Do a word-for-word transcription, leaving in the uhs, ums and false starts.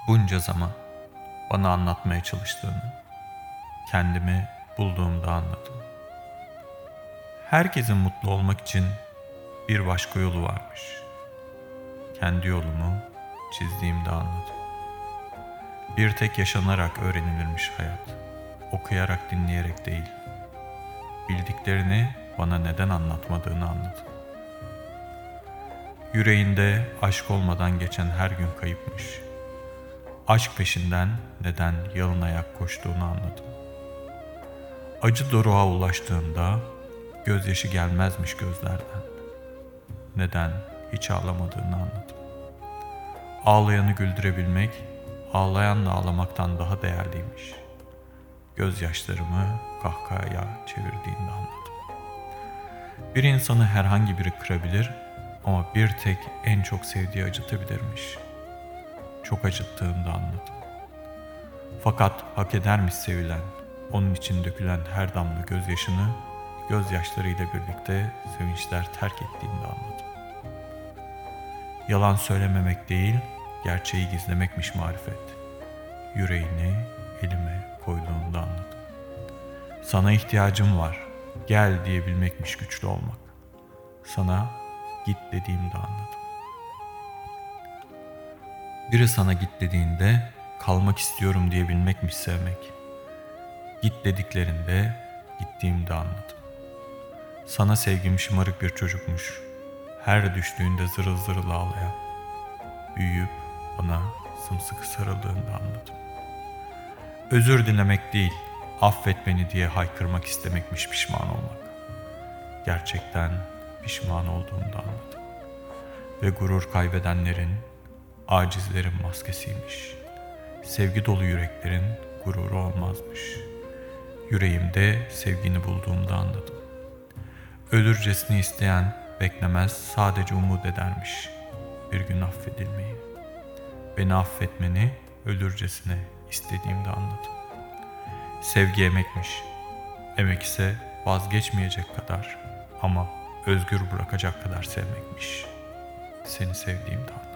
Bunca zaman bana anlatmaya çalıştığını, kendimi bulduğumda anladım. Herkesin mutlu olmak için bir başka yolu varmış. Kendi yolumu çizdiğimde anladım. Bir tek yaşanarak öğrenilirmiş hayat. Okuyarak, dinleyerek değil. Bildiklerini bana neden anlatmadığını anladım. Yüreğinde aşk olmadan geçen her gün kayıpmış. Aşk peşinden neden yalın ayak koştuğunu anladım. Acı doruğa ulaştığında gözyaşı gelmezmiş gözlerden. Neden hiç ağlamadığını anladım. Ağlayanı güldürebilmek, ağlayanla ağlamaktan daha değerliymiş. Gözyaşlarımı kahkahaya çevirdiğinde anladım. Bir insanı herhangi biri kırabilir ama bir tek en çok sevdiği acıtabilirmiş. Çok acıttığında anladım. Fakat hak edermiş sevilen, onun için dökülen her damla gözyaşını gözyaşlarıyla birlikte sevinçler terk ettiğinde anladım. Yalan söylememek değil, gerçeği gizlemekmiş marifet. Yüreğini elime koyduğunda anladım. Sana ihtiyacım var, gel diyebilmekmiş güçlü olmak. Sana git dediğimde anladım. Biri sana git dediğinde kalmak istiyorum diyebilmekmiş sevmek. Git dediklerinde gittiğimde anladım. Sana sevgim şımarık bir çocukmuş. Her düştüğünde zırıl zırıl ağlayan. Büyüyüp bana sımsıkı sarıldığında anladım. Özür dilemek değil, affet beni diye haykırmak istemekmiş pişman olmak. Gerçekten pişman olduğumda anladım. Ve gurur kaybedenlerin, acizlerin maskesiymiş. Sevgi dolu yüreklerin gururu olmazmış. Yüreğimde sevgini bulduğumda anladım. Ölürcesini isteyen beklemez, sadece umut edermiş bir gün affedilmeyi. Beni affetmeni ölürcesine istediğimde anladım. Sevgi emekmiş. Emek ise vazgeçmeyecek kadar ama özgür bırakacak kadar sevmekmiş. Seni sevdiğimde anladım.